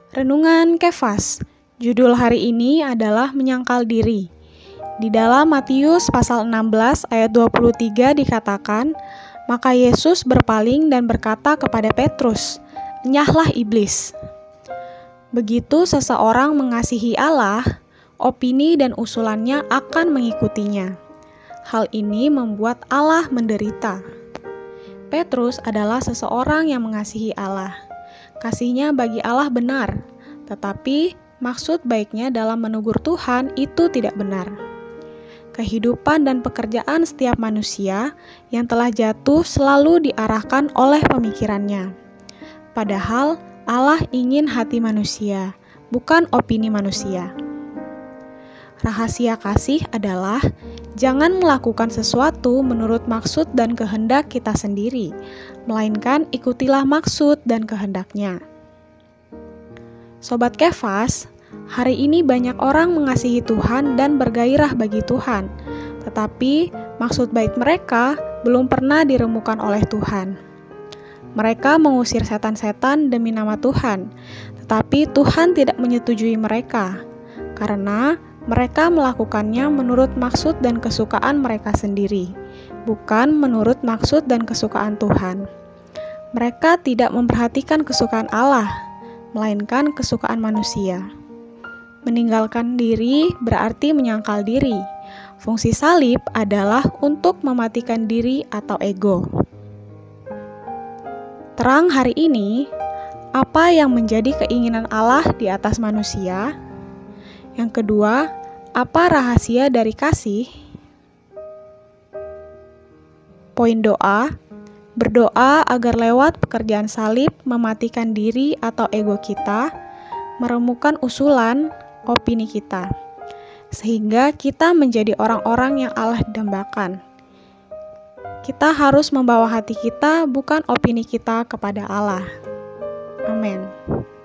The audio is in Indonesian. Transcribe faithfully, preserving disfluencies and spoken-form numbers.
Renungan Kefas. Judul hari ini adalah menyangkal diri. Di dalam Matius pasal enam belas ayat dua puluh tiga dikatakan, maka Yesus berpaling dan berkata kepada Petrus, "Enyahlah iblis." Begitu seseorang mengasihi Allah, opini dan usulannya akan mengikutinya. Hal ini membuat Allah menderita. Petrus adalah seseorang yang mengasihi Allah. Kasihnya bagi Allah benar, tetapi maksud baiknya dalam menegur Tuhan itu tidak benar. Kehidupan dan pekerjaan setiap manusia yang telah jatuh selalu diarahkan oleh pemikirannya. Padahal Allah ingin hati manusia, bukan opini manusia. Rahasia kasih adalah jangan melakukan sesuatu menurut maksud dan kehendak kita sendiri, melainkan ikutilah maksud dan kehendaknya. Sobat Kefas, hari ini banyak orang mengasihi Tuhan dan bergairah bagi Tuhan, tetapi maksud baik mereka belum pernah diremukan oleh Tuhan. Mereka mengusir setan-setan demi nama Tuhan, tetapi Tuhan tidak menyetujui mereka, karena mereka melakukannya menurut maksud dan kesukaan mereka sendiri, bukan menurut maksud dan kesukaan Tuhan. Mereka tidak memperhatikan kesukaan Allah, melainkan kesukaan manusia. Meninggalkan diri berarti menyangkal diri. Fungsi salib adalah untuk mematikan diri atau ego. Terang hari ini, apa yang menjadi keinginan Allah di atas manusia? Yang kedua, apa rahasia dari kasih? Poin doa, berdoa agar lewat pekerjaan salib mematikan diri atau ego kita, meremukan usulan, opini kita, sehingga kita menjadi orang-orang yang Allah dambakan. Kita harus membawa hati kita, bukan opini kita kepada Allah. Amin.